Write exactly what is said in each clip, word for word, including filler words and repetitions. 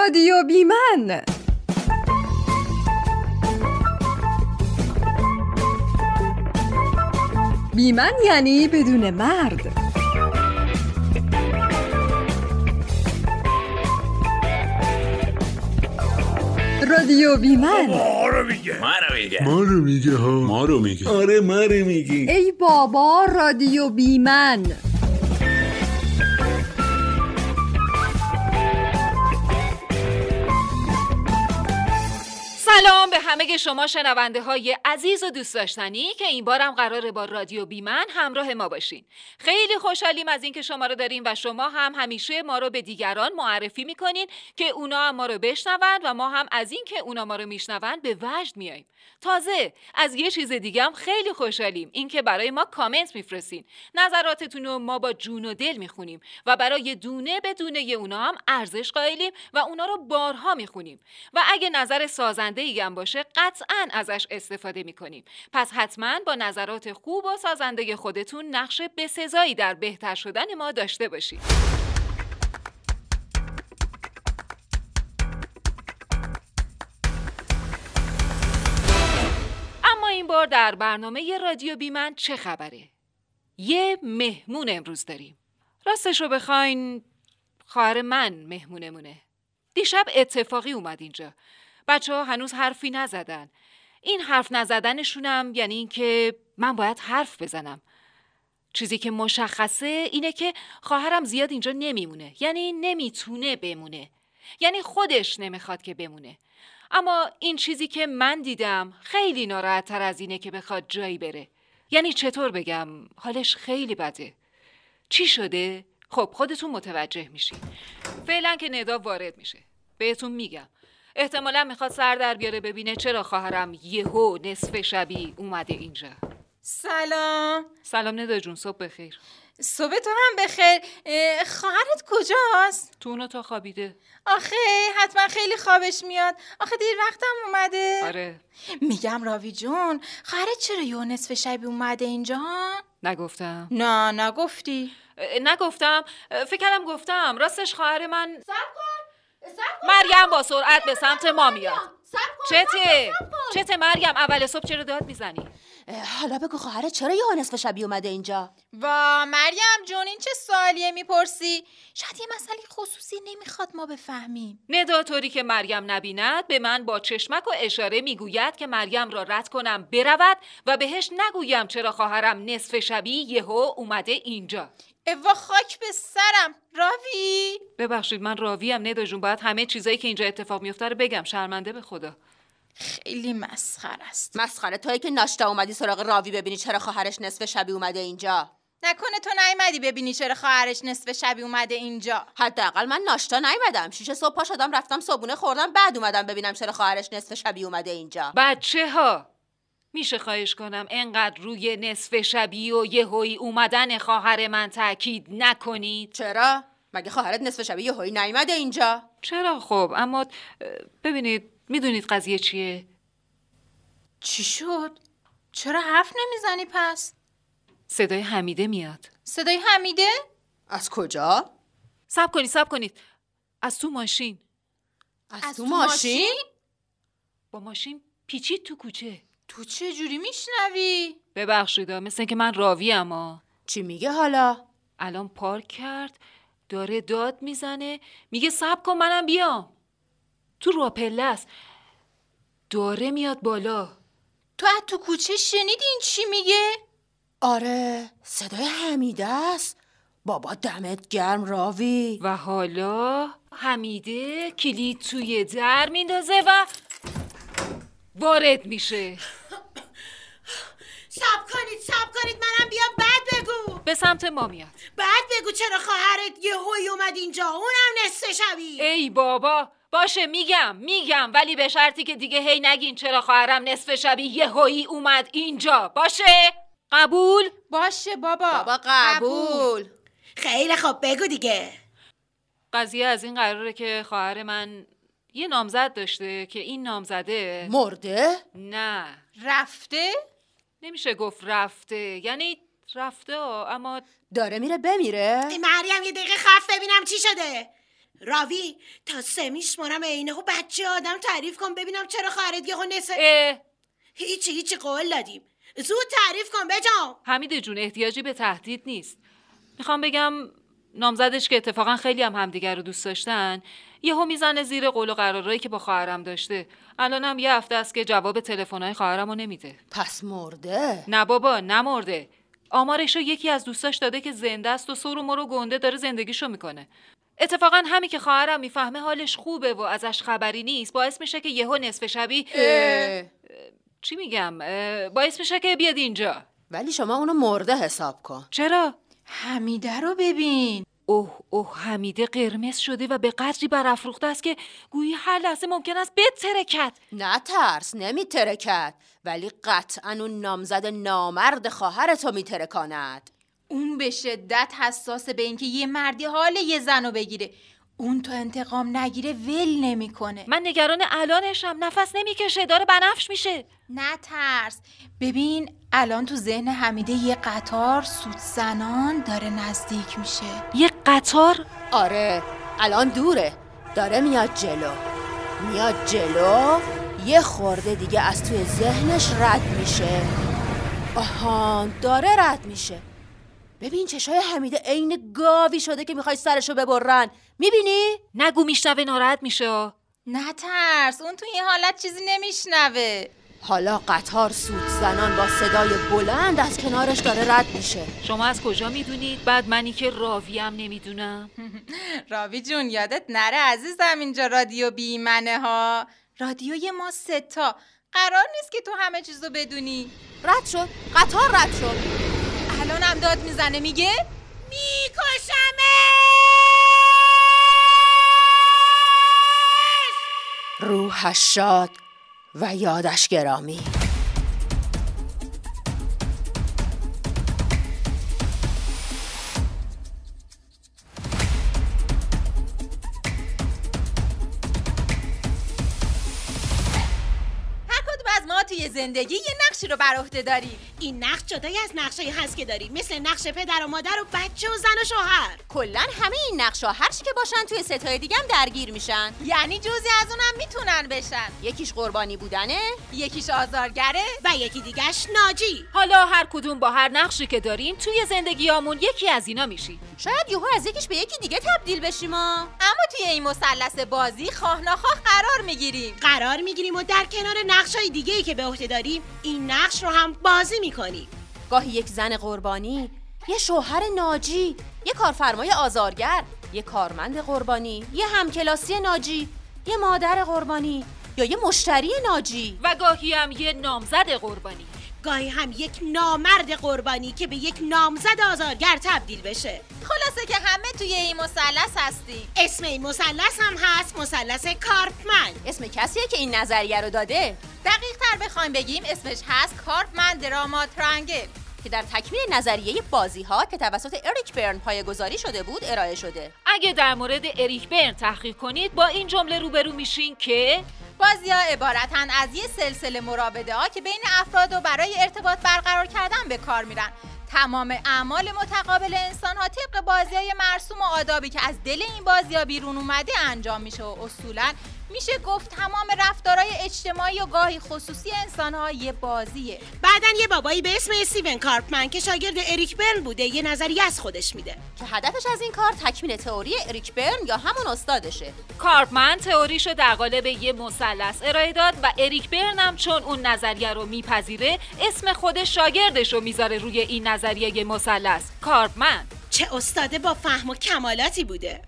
رادیو بیمن. بیمن یعنی بدون مرد. رادیو بیمن. ما رو میگه ما رو میگه ما رو میگه ها ما رو میگه آره ما رو میگی. ای بابا رادیو بیمن. سلام به همه شما شنونده های عزیز و دوست داشتنی که این بارم قراره با رادیو بیمن همراه ما باشین. خیلی خوشحالیم از اینکه شما رو داریم و شما هم همیشه ما رو به دیگران معرفی میکنین که اونا هم ما رو بشنون و ما هم از اینکه اونا ما رو میشنون به وجد میاییم. تازه از یه چیز دیگه هم خیلی خوشحالیم، اینکه برای ما کامنت میفرستین. نظراتتون رو ما با جون و دل میخونیم و برای دونه به دونه اونا هم ارزش قائلیم و اونا رو بارها میخونیم و اگه نظر سازنده ای هم باشه قطعاً ازش استفاده میکنیم. پس حتماً با نظرات خوب و سازنده خودتون نقش بسزایی در بهتر شدن ما داشته باشید. اما این بار در برنامه رادیو بیمن چه خبره؟ یه مهمون امروز داریم. راستش رو بخواین خواهر من مهمونمونه. دیشب اتفاقی اومد اینجا. بچه ها هنوز حرفی نزدن. این حرف نزدنشونم یعنی این که من باید حرف بزنم. چیزی که مشخصه اینه که خواهرم زیاد اینجا نمیمونه. یعنی نمیتونه بمونه. یعنی خودش نمیخواد که بمونه. اما این چیزی که من دیدم خیلی ناراحت تر از اینه که بخواد جایی بره. یعنی چطور بگم، حالش خیلی بده. چی شده؟ خب خودتون متوجه میشین. فعلا که ندا وارد میشه بهتون میگم. احتمالا میخواد سر در بیاره ببینه چرا خواهرم یهو نصف شبی اومده اینجا. سلام. سلام ندا جون، صبح بخیر. صبح تو هم بخیر. خواهرت کجاست؟ تو اون اتاق خوابیده. آخه حتما خیلی خوابش میاد. آخه دیر وقتم اومده. آره. میگم راوی جون، خواهرت چرا یهو نصف شبی اومده اینجا؟ نگفتم. نه نگفتی. نگفتم. فکر کردم گفتم. راستش خواهر من صبر کن. صبر کن. مریم با سرعت به سمت ما میاد. صبر کن. چته؟ چته مریم؟ اول صبح چرا داد میزنی؟ حالا بگو خواهرت چرا یه نصف شبی اومده اینجا؟ وا مریم جون، این چه سوالیه میپرسی؟ شاید یه مسئله خصوصی نمیخواد ما بفهمیم. ندا طوری که مریم نبیند به من با چشمک و اشاره میگوید که مریم را رد کنم برود و بهش نگویم چرا خواهرم نصف شبی یهو اومده اینجا. اوا خاک به سرم. راوی ببخشید من راویم ندا جون، باید همه چیزایی که اینجا اتفاق میفته رو بگم. شرمنده به خدا. خیلی مسخره است. مسخره تویی که ناشتا اومدی سراغ راوی ببینی چرا خواهرش نصف شبی اومده اینجا. نکنه تو نیومدی ببینی چرا خواهرش نصف شبی اومده اینجا؟ حداقل من ناشتا نیومدم. شیش صبح پا شدم رفتم صبحونه خوردم، بعد اومدم ببینم چرا خواهرش نصف شبی اومده اینجا. بچه ها میشه خواهش کنم انقدر روی نصف شبی و یهویی اومدن خواهر من تاکید نکنید؟ چرا؟ مگه خواهرت نصف شبی یهویی نیومده اینجا؟ چرا خب، اما ببینید میدونید قضیه چیه؟ چی شد؟ چرا حرف نمیزنی پس؟ صدای حمیده میاد. صدای حمیده؟ از کجا؟ صبر کنید صبر کنید. از تو ماشین. از, از تو, تو ماشین؟ ماشین؟ با ماشین پیچید تو کوچه. تو چه جوری میشنوی؟ ببخشید مثل که من راوی اما چی میگه حالا؟ الان پارک کرد، داره داد میزنه، میگه صبر کن منم بیام. تو راپله است، داره میاد بالا. تو از تو کوچه شنیدی این چی میگه؟ آره صدای حمیده است. بابا دمت گرم راوی. و حالا حمیده کلید توی در میندازه و وارد میشه. صبر کنید صبر کنید منم بیام بعد بگو. به سمت ما میاد. بعد بگو چرا خواهرت یهویی اومد اینجا، اونم نصف شبی. ای بابا باشه میگم میگم ولی به شرطی که دیگه هی نگین چرا خواهرم نصف شبی یهویی اومد اینجا. باشه؟ قبول؟ باشه بابا. بابا قبول. خیلی خب بگو دیگه. قضیه از این قراره که خواهر من یه نامزد داشته که این نامزده مرده؟ نه رفته؟ نمیشه گفت رفته، یعنی رفته اما داره میره بمیره؟ مریم یه دقیقه خف ببینم چی شده. راوی تا سه میشمارم عینه و بچه آدم تعریف کن ببینم چرا خواهرت یهو نصف. اه هیچی هیچی قول دادیم. زود تعریف کن بجام. حمید جون احتیاجی به تهدید نیست. میخوام بگم نامزدش که اتفاقا خیلی هم همدیگر رو دوست داشتن یهو میزنه زیر قول و قرارایی که با خواهرم داشته. الانم یه هفته است که جواب تلفن‌های خواهرمو نمیده. پس مرده؟ نه بابا نمرده. آمارشو یکی از دوستاش داده که زنده است و سر و مر و گنده داره زندگیشو میکنه. اتفاقا همین که خواهرم میفهمه حالش خوبه و ازش خبری نیست باعث میشه که یهو نصف شبی چی میگم باعث میشه که بیاد اینجا. ولی شما اونو مرده حساب کن. چرا؟ حمیده رو ببین. اوه اوه حمیده قرمز شده و به قدری برافروخته است که گویی هر لحظه ممکن است بترکد. نه ترس نمیترکد، ولی قطعا اون نامزد نامرد خواهرتو میترکاند. اون به شدت حساسه به اینکه یه مردی حال یه زنو بگیره. اون تو انتقام نگیره ول نمیکنه. من نگران الانشم، نفس نمیکشه، داره بنفش میشه. نه ترس. ببین الان تو ذهن حمیده یه قطار سوت زنان داره نزدیک میشه. یه قطار؟ آره الان دوره، داره میاد جلو میاد جلو یه خورده دیگه از توی ذهنش رد میشه. آها داره رد میشه. ببین چشای حمیده عین گاوی شده که میخوای سرشو ببرن. میبینی؟ نگو میشنوه ناراحت میشه. نه ترس، اون تو این حالت چیزی نمیشنوه. حالا قطار سوت زنان با صدای بلند از کنارش داره رد میشه. شما از کجا میدونید؟ بعد منی که راویم نمیدونم. راوی جون یادت نره عزیزم اینجا رادیو بیمنه ها. رادیوی ما ستا. قرار نیست که تو همه چیزو بدونی. رد شد قطار رد شد. الان هم داد میزنه میگه میکشمه. روحش شاد و یادش گرامی. ما توی زندگی یه نقشی رو بر عهده داریم. این نقش جدایی از نقشایی هست که داریم، مثل نقش پدر و مادر و بچه و زن و شوهر. کلا همه این نقشا هر چی که باشن توی ستای دیگه هم درگیر میشن. یعنی جزئی از اونم میتونن بشن. یکیش قربانی بودنه، یکیش آزارگره و یکی دیگهش ناجی. حالا هر کدوم با هر نقشی که داریم توی زندگیامون یکی از اینا میشیم. شاید یهو از یکیش به یکی دیگه تبدیل بشیم. اما توی این مثلث بازی خواه ناخواه قرار میگیریم. قرار میگیریم و در کنار نقشای دیگه‌ای که به عهده داریم این نقش رو هم بازی میکنیم. گاهی یک زن قربانی، یه شوهر ناجی، یه کارفرمای آزارگر، یه کارمند قربانی، یه همکلاسی ناجی، یه مادر قربانی یا یه مشتری ناجی و گاهی هم یه نامزد قربانی. گاهی هم یک نامرد قربانی که به یک نامزد آزارگر تبدیل بشه. خلاصه که همه توی این مثلث هستیم. اسم این مثلث هم هست مثلث کارپمن. اسم کسیه که این نظریه رو داده. دقیق تر بخوایم بگیم اسمش هست کارپمن دراما ترانگل که در تکمیل نظریه بازی ها که توسط اریک برن پایه‌گذاری شده بود ارائه شده. اگه در مورد اریک برن تحقیق کنید با این جمله روبرو میشین که بازی‌ها عبارتن از یه سلسله مراوده‌ها که بین افراد و برای ارتباط برقرار کردن به کار میرن. تمام اعمال متقابل انسان‌ها طبق بازی‌های مرسوم و آدابی که از دل این بازی‌ها بیرون اومده انجام میشه و اصولاً میشه گفت تمام رفتارهای اجتماعی و گاهی خصوصی انسان‌ها یه بازیه. بعدن یه بابایی به اسم استیون کارپمن که شاگرد اریک برن بوده یه نظریه از خودش میده که هدفش از این کار تکمیل تئوری اریک برن یا همون استادشه. کارپمن تئوریشو در قالب یه مثلث ارائه داد و اریک برن هم چون اون نظریه رو میپذیره اسم خود شاگردش رو میذاره روی این نظریه مثلث کارپمن. چه استاد با فهم و کمالاتی بوده.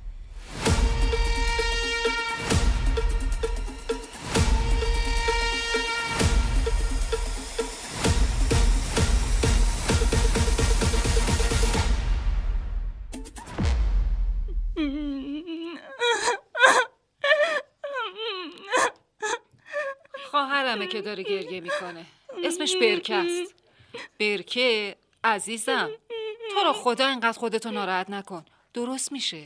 خواهرمه که داره گریه میکنه. اسمش برکه است. برکه عزیزم تو رو خدا اینقدر خودتو ناراحت نکن، درست میشه.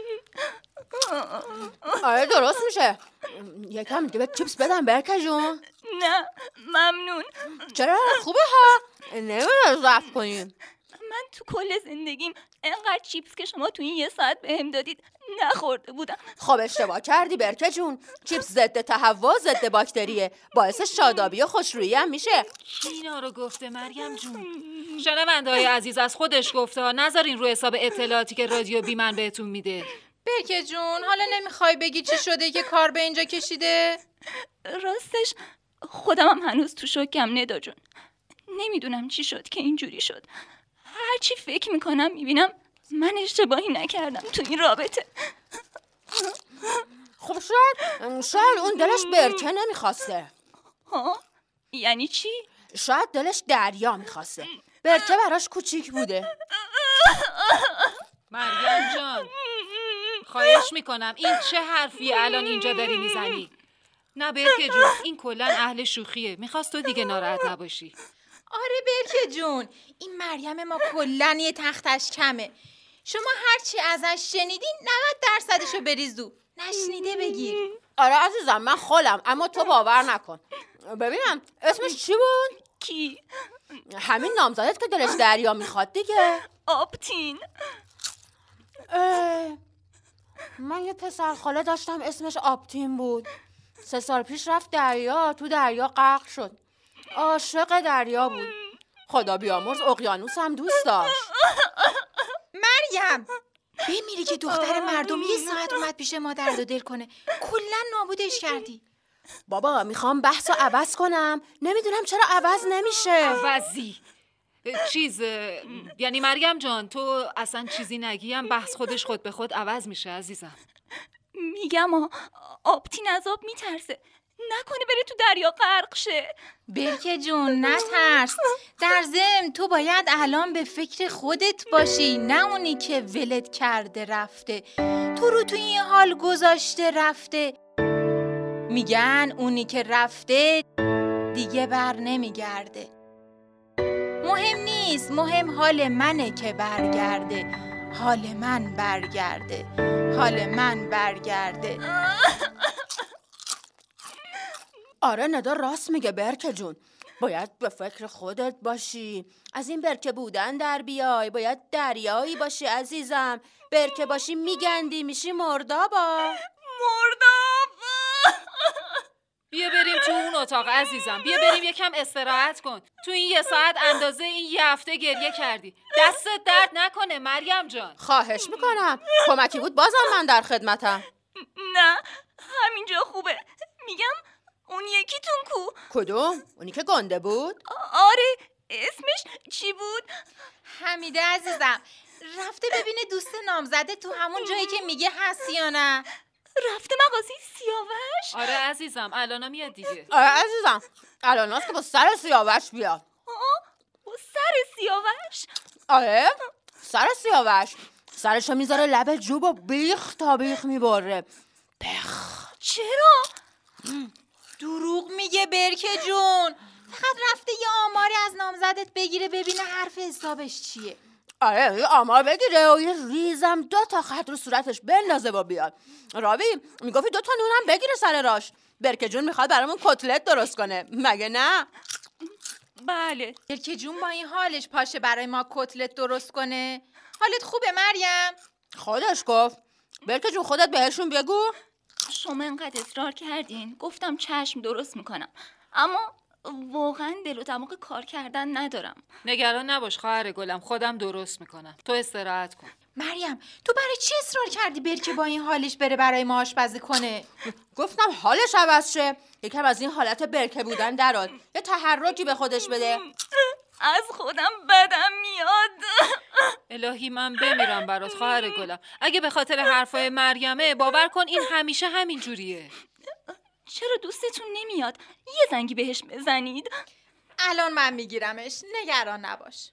آره درست میشه. یکم دیگه چیپس بدم برکه جون. نه ممنون. چرا خوبه ها، نمیدونم ضعف کنیم. من تو کل زندگیم انقدر چیپس که شما تو این یه ساعت بهم دادید نخورده بودم. خب اشتباه کردی برکه جون. چیپس ضد تهوع، ضد باکتریه، باعث شادابی و خوشرویی هم میشه. اینا رو گفته مریم جون؟ شنونده‌های عزیز از خودش گفته ها، نذارین رو حساب اطلاعاتی که رادیو بیمن بهتون میده. برکه جون حالا نمیخوای بگی چی شده که کار به اینجا کشیده؟ راستش خودم هم هنوز تو شوکم ندا جون. نمیدونم چی شد که اینجوری شد. هرچی فکر میکنم میبینم من اشتباهی نکردم تو این رابطه. خب شاید شاید اون دلش برکه نمیخواسته. ها؟ یعنی چی؟ شاید دلش دریا میخواسته. برکه براش کوچیک بوده. مریم جان خواهش میکنم، این چه حرفی الان اینجا داری میزنی؟ نه برکه جون، این کلن اهل شوخیه، میخواست تو دیگه ناراحت نباشی. آره برکه جون، این مریم ما کلن یه تختش کمه. شما هرچی ازش شنیدین نود درصدشو بریزو، نشنیده بگیر. آره عزیزم من خولم، اما تو باور نکن. ببینم اسمش چی بود؟ کی؟ همین نامزدت که دلش دریا میخواد دیگه. آپتین. اه، من یه پسر خاله داشتم اسمش آپتین بود. سه سال پیش رفت دریا، تو دریا غرق شد. عاشق دریا بود. خدا بیامرز اقیانوس هم دوست داشت. مریم بمیری که دختر مردم یه ساعت اومد پیش ما درد و دل کنه، کلن نابودش کردی. بابا میخوام بحثو عوض کنم، نمیدونم چرا عوض نمیشه. عوضی چیز یعنی مریم جان تو اصلا چیزی نگیم بحث خودش خود به خود عوض میشه عزیزم. میگم آ آپتین از آب میترسه، نکنه بره تو دریا غرق شه. برکه جون نترس، در ضمن تو باید الان به فکر خودت باشی، نه اونی که ولت کرده رفته، تو رو تو این حال گذاشته رفته. میگن اونی که رفته دیگه بر نمیگرده. مهم نیست، مهم حال منه که برگرده، حال من برگرده، حال من برگرده. آره ندا راست میگه برکه جون، باید به فکر خودت باشی، از این برکه بودن در بیای، باید دریایی باشی عزیزم. برکه باشی میگندی میشی مردابا. مرداب. بیا بریم تو اون اتاق عزیزم، بیا بریم یکم استراحت کن. تو این یه ساعت اندازه این یه هفته گریه کردی، دستت درد نکنه مریم جان. خواهش میکنم، کمکی بود بازم من در خدمتم. نه همینجا خوبه. میگم اون یکیتون کو؟ کدوم؟ اونی که گنده بود؟ آره اسمش چی بود؟ حمیده عزیزم رفته ببینه دوست نامزده تو همون جایی که میگه هست یا نه. رفته مغازه سیاوش؟ آره عزیزم الانا میاد دیگه. آره عزیزم الاناست که با سر سیاوش بیاد. آه با سر سیاوش؟ آره سر سیاوش، سرشو میذاره لب جوب و بیخ تا بیخ میبره. پخ. چرا؟ دروغ میگه برکه جون، فقط رفته یه آماری از نامزدت بگیره ببینه حرف حسابش چیه. آره یه آمار بگیره و یه ریزم دو تا خط رو صورتش بندازه و بیاد. راوی میگفتی دو تا نونم بگیره سر راش. برکه جون میخواد برامون کتلت درست کنه مگه نه؟ بله. برکه جون با این حالش پاشه برای ما کتلت درست کنه؟ حالت خوبه مریم؟ خودش گفت. برکه جون خودت بهشون بگو. شما انقدر اصرار کردین گفتم چشم درست میکنم، اما واقعا دل و دماغ کار کردن ندارم. نگران نباش خواهر گلم، خودم درست میکنم، تو استراحت کن. مریم تو برای چی اصرار کردی برکه با این حالش بره برای ما آشپزی کنه؟ گفتم حالش عوض شه، یکم از این حالت برکه بودن درات، یه تحرکی به خودش بده. از خودم بدم میاد. الهی من بمیرم برات خواهر گلم، اگه به خاطر حرفای مریمه باور کن این همیشه همین جوریه. چرا دوستتون نمیاد یه زنگی بهش بزنید؟ الان من میگیرمش، نگران نباش.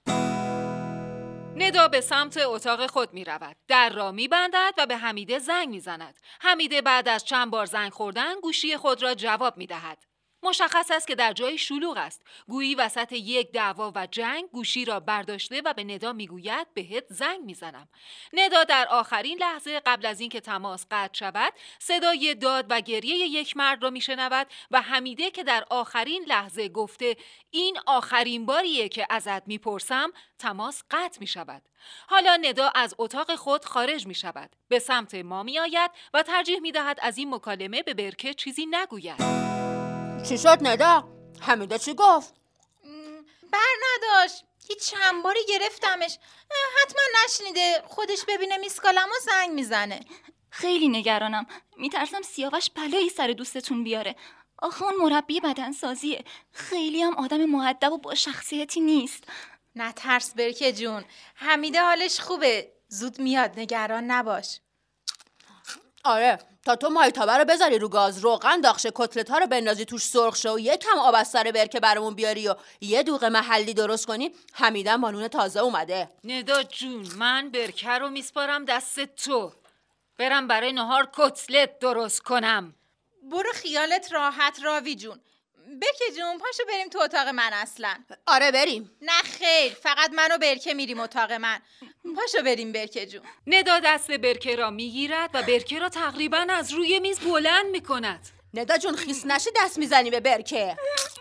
ندا به سمت اتاق خود می رود. در را می بندد و به حمیده زنگ می زند. حمیده بعد از چند بار زنگ خوردن گوشی خود را جواب می دهد. مشخص است که در جای شلوغ است. گویی وسط یک دعوا و جنگ گوشی را برداشته و به ندا میگوید بهت زنگ میزنم. ندا در آخرین لحظه قبل از اینکه تماس قطع شود صدای داد و گریه یک مرد را میشنود و حمیده که در آخرین لحظه گفته این آخرین باریه که ازت میپرسم تماس قطع میشود. حالا ندا از اتاق خود خارج می شود. به سمت ما می آید و ترجیح می دهد از این مکالمه به برکه چیزی نگوید. چی شد ندا؟ حمیده چی گفت؟ بر نداشت. هیچ چند باری گرفتمش. حتما نشنیده. خودش ببینه میسکالم و زنگ میزنه. خیلی نگرانم. میترسم سیاوش بلایی سر دوستتون بیاره. آخه اون مربی بدنسازیه. خیلی هم آدم مؤدب و با شخصیتی نیست. نه ترس برکه جون. حمیده حالش خوبه. زود میاد، نگران نباش. آره، تا تو مایتابه رو بذاری رو گاز، روغن داغشه، کتلت ها رو بندازی توش سرخ شه و یکم آب از سر برکه برامون بیاری و یه دوغ محلی درست کنی، حمیده با نون تازه اومده. ندا جون، من برکه رو میسپارم دست تو. برم برای نهار کتلت درست کنم. برو خیالت راحت راوی جون. برکه جون پاشو بریم تو اتاق من اصلا. آره بریم. نه خیر، فقط من و برکه میریم اتاق من. پاشو بریم برکه جون. ندا دست برکه را میگیرد و برکه را تقریبا از روی میز بلند میکند. ندا جون خیس نشی دست میزنی به برکه.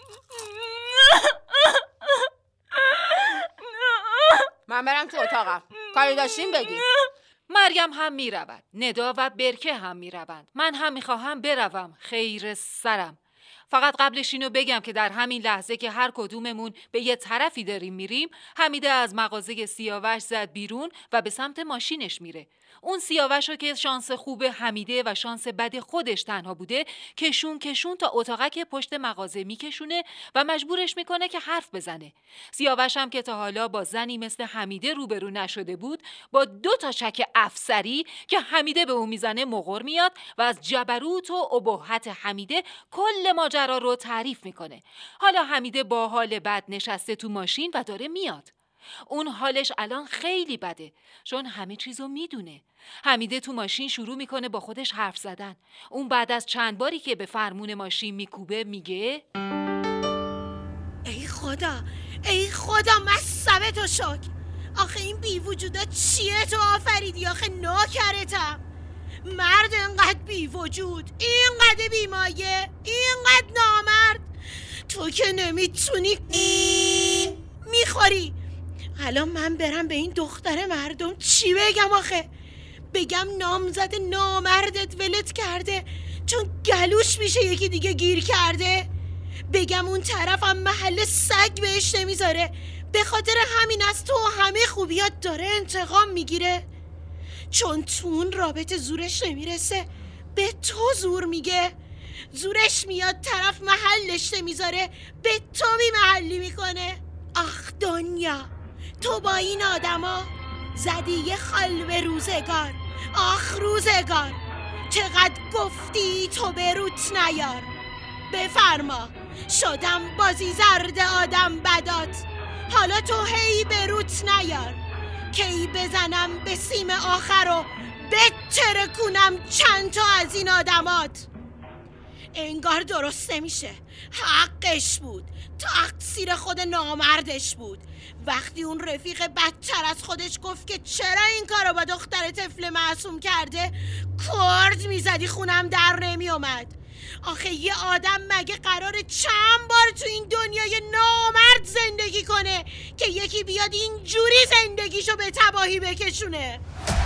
من برم تو اتاقم. کاری داشتیم بگیم. مریم هم می رود. ندا و برکه هم می روند. من هم می خواهم بروم. خیر سرم. فقط قبلش اینو بگم که در همین لحظه که هر کدوممون به یه طرفی داریم میریم، حمیده از مغازه سیاوش زد بیرون و به سمت ماشینش میره. اون سیاوش رو که شانس خوب حمیده و شانس بد خودش تنها بوده، کشون کشون تا اتاقک پشت مغازه میکشونه و مجبورش میکنه که حرف بزنه. سیاوش هم که تا حالا با زنی مثل حمیده روبرو نشده بود، با دو تا چک افسری که حمیده به اون میزنه مغر میاد و از جبروت و ابهت حمیده کل ماجرا رو تعریف میکنه. حالا حمیده با حال بد نشسته تو ماشین و داره میاد. اون حالش الان خیلی بده چون همه چیزو میدونه. حمیده تو ماشین شروع میکنه با خودش حرف زدن. اون بعد از چند باری که به فرمون ماشین میکوبه میگه ای خدا، ای خدا، مصبه تو شک. آخه این بی وجودا چیه تو آفریدی؟ آخه ناکرتم. مرد اینقدر بی وجود، اینقدر بیمایه، اینقدر نامرد، تو که نمیتونی میخوری. الان من برم به این دختر مردم چی بگم؟ آخه بگم نامزد نامردت ولت کرده چون گلوش میشه یکی دیگه گیر کرده؟ بگم اون طرفم محل سگ بهش نمیذاره به خاطر همین از تو همه خوبیات داره انتقام میگیره؟ چون تو اون رابطه زورش نمیرسه به تو زور میگه، زورش میاد طرف محلش نمیذاره به تو بی محلی میکنه. آخ دنیا، تو با این آدما زدی یه خال به روزگار. آخ روزگار، چقدر گفتی تو به روت نیار. بفرما، شدم بازی زرد آدم بدات، حالا تو هی به روت نیار. کی بزنم به سیم آخر و بترکونم چند تا از این آدمات. انگار درست نمیشه، حقش بود، تقصیر خود نامردش بود. وقتی اون رفیق بدتر از خودش گفت که چرا این کارو با دختر طفل معصوم کرده، کرد میزدی خونم در نمی اومد. آخه یه آدم مگه قراره چند بار تو این دنیای نامرد زندگی کنه که یکی بیاد اینجوری زندگیشو به تباهی بکشونه؟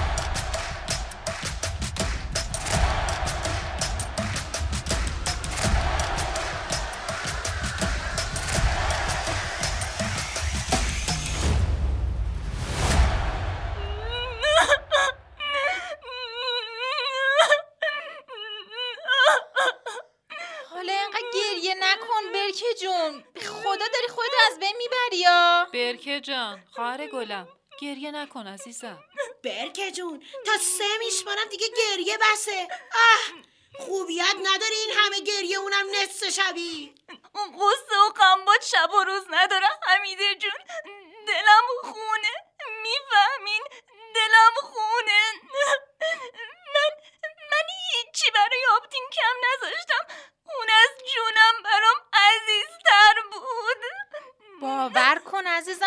برکه جان، خواهر گلم، گریه نکن عزیزم. برکه جون، تا سه میشمارم دیگه گریه بسه. اه، خوبیت نداره این همه گریه، اونم نصف شبی. اون قصه و قنبات شب و روز نداره حمیده جون. دلم خونه، میفهمین؟ دلم خونه. من من هیچی برای آبتین کم نذاشتم. اون از جونم برام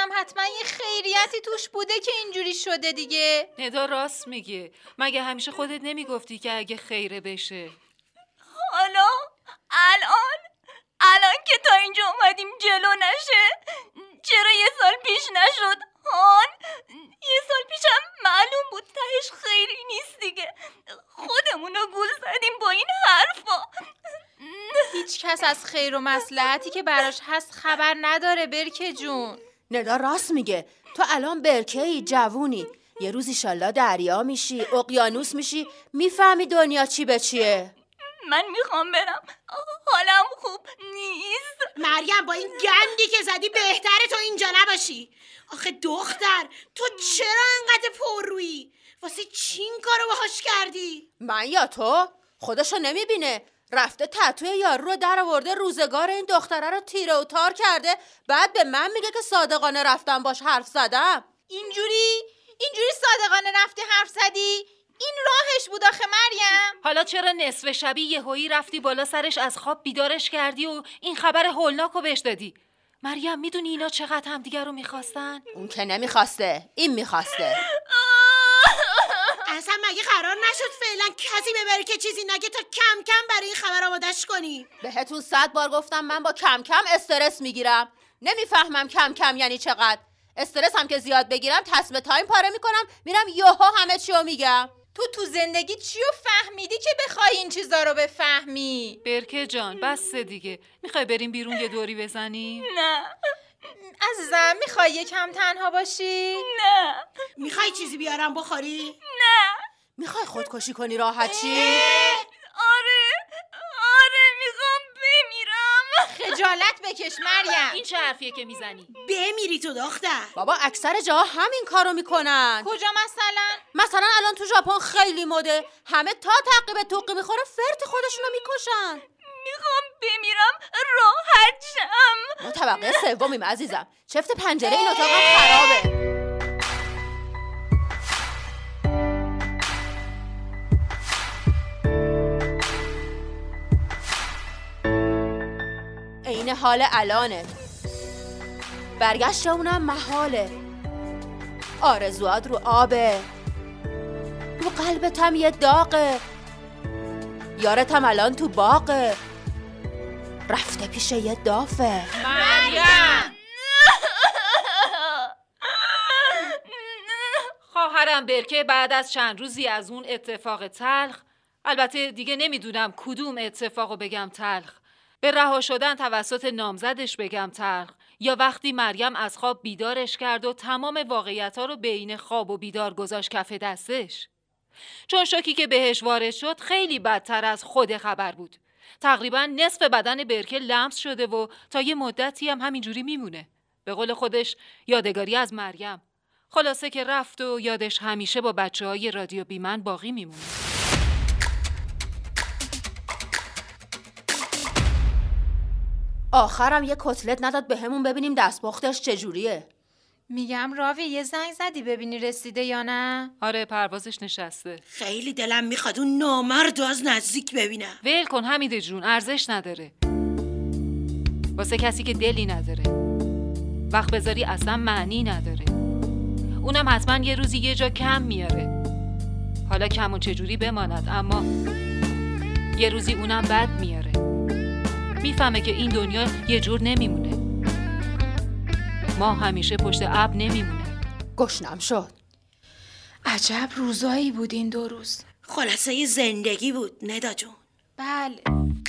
میکنم حتما یه خیریتی توش بوده که اینجوری شده دیگه. ندا راست میگه. مگه همیشه خودت نمیگفتی که اگه خیره بشه؟ حالا الان الان که تا اینجا اومدیم جلو نشه، چرا یه سال پیش نشد؟ هان یه سال پیشم معلوم بود تهش خیری نیست دیگه. خودمونو گول زدیم با این حرفا. هیچ کس از خیر و مصلحتی که براش هست خبر نداره برکه جون. ندا راست میگه. تو الان برکه‌ای، جوونی، یه روز ایشالله دریا میشی، اقیانوس میشی، میفهمی دنیا چی به چیه. من میخوام برم، حالم خوب نیست. مریم با این گندی که زدی بهتره تو اینجا نباشی. آخه دختر تو چرا انقدر پر رویی؟ واسه چی این کارو باهاش کردی؟ من یا تو؟ خودشو نمیبینه؟ رفته تتوی یارو رو در آورده، روزگار این دختره رو تیره و تار کرده، بعد به من میگه که صادقانه رفتم باش حرف زدم. اینجوری اینجوری صادقانه رفتی حرف زدی؟ این راهش بود آخه مریم. حالا چرا نصف شبی یهویی رفتی بالا سرش از خواب بیدارش کردی و این خبر هولناکو بهش دادی؟ مریم میدونی اینا چقدر همدیگر رو میخواستن؟ اون که نمیخواسته، این میخواسته. اصلا مگه قرار نشد فعلا کسی ببره که چیزی نگه تا کم کم برای این خبر آمادش کنی؟ بهتون صد بار گفتم من با کم کم استرس میگیرم. نمیفهمم کم کم یعنی چقدر. استرس هم که زیاد بگیرم تصمیم تایم پاره میکنم، میرم یوهو همه چیو میگم. تو تو زندگی چیو فهمیدی که بخوای این چیزا رو بفهمی؟ برکه جان بس دیگه. میخوای بریم بیرون یه دوری بزنیم؟ نه عزیزم میخوای یکم تنها باشی؟ نه میخوای چیزی بیارم بخوری؟ نه میخوای خودکشی کنی راحت چی؟ آره آره میخوام بمیرم. خجالت بکش مریم. این چه حرفیه که میزنی؟ بمیری تو دختر. بابا اکثر جاها همین کارو میکنن. کجا مثلا؟ مثلا الان تو ژاپن خیلی مده، همه تا تعقیب توقی میخوره فرت خودشونو میکشن. میخوام بمیرم راحت شم. ما طبقه سومیم عزیزم، چفت پنجره این اتاقم خرابه. این حال الانه، برگشتمونم محاله. آرزوات رو آبه، رو قلبتم یه داغه، یارتم الان تو باغه، رفته پیش یه دافه. مریم خواهرم برکه بعد از چند روزی از اون اتفاق تلخ، البته دیگه نمیدونم کدوم اتفاقو بگم تلخ، به رها شدن توسط نامزدش بگم تلخ، یا وقتی مریم از خواب بیدارش کرد و تمام واقعیت‌ها رو بین خواب و بیدار گذاشت کف دستش. چون شوکی که بهش وارد شد خیلی بدتر از خود خبر بود. تقریبا نصف بدن برکه لمس شده و تا یه مدتی هم همینجوری میمونه. به قول خودش یادگاری از مریم. خلاصه که رفت و یادش همیشه با بچه‌های رادیو بیمن باقی میمونه. آخرم یه کتلت نداد به همون ببینیم دستپختش چجوریه. میگم راوی یه زنگ زدی ببینی رسیده یا نه؟ آره پروازش نشسته. خیلی دلم میخواد اون نامرد از نزدیک ببینم. ول کن حمیده جون، ارزش نداره. واسه کسی که دلی نداره وقت بذاری اصلا معنی نداره. اونم حتما یه روزی یه جا کم میاره. حالا کم و چجوری بماند، اما یه روزی اونم بد میاره. میفهمه که این دنیا یه جور نمیمونه. ما همیشه پشت ابر نمیمونه. گشنم شد. عجب روزایی بود این دو روز. خلاصه یه زندگی بود ندا جون. بله.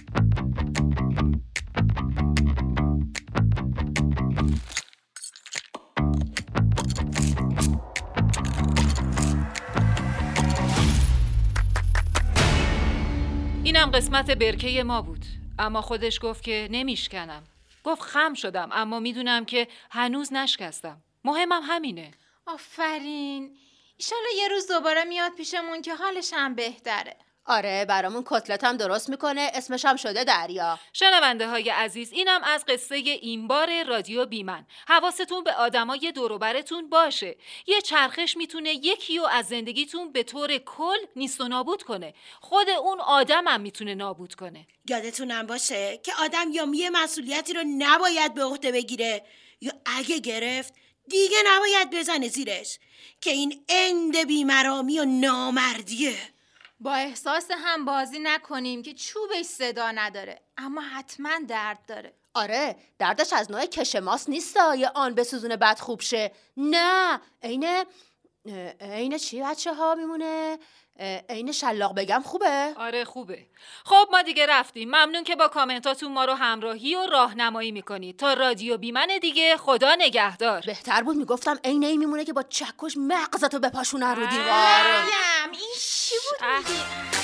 اینم قسمت برکه ما بود، اما خودش گفت که نمیشکنم. گفت خم شدم اما میدونم که هنوز نشکستم. مهمم همینه. آفرین. ایشالا یه روز دوباره میاد پیشمون که حالش هم بهتره. آره برامون کتلت هم درست میکنه، اسمش هم شده دریا. شنونده های عزیز، اینم از قصه این بار رادیو بیمن. حواستون به آدمای دور و برتون باشه. یه چرخش میتونه یکی رو از زندگیتون به طور کل نیست و نابود کنه. خود اون آدم هم میتونه نابود کنه. یادتونم باشه که آدم یا یه مسئولیتی رو نباید به عهده بگیره یا اگه گرفت دیگه نباید بزنه زیرش که این اند بیمرامی و نامردیه. با احساس هم بازی نکنیم که چوبش صدا نداره، اما حتما درد داره. آره دردش از نوع کش ماست نیستا یه آن بسوزونه بعد خوب شه. نه عین عین چی بچه ها میمونه؟ عین شلاق بگم خوبه؟ آره خوبه. خب ما دیگه رفتیم. ممنون که با کامنتاتون ما رو همراهی و راهنمایی میکنید. تا رادیو بیمن دیگه، خدا نگهدار. بهتر بود میگفتم عین این میمونه که با چکش مغزتو بپاشونه رو دیوار. مریم این چی بود میگی؟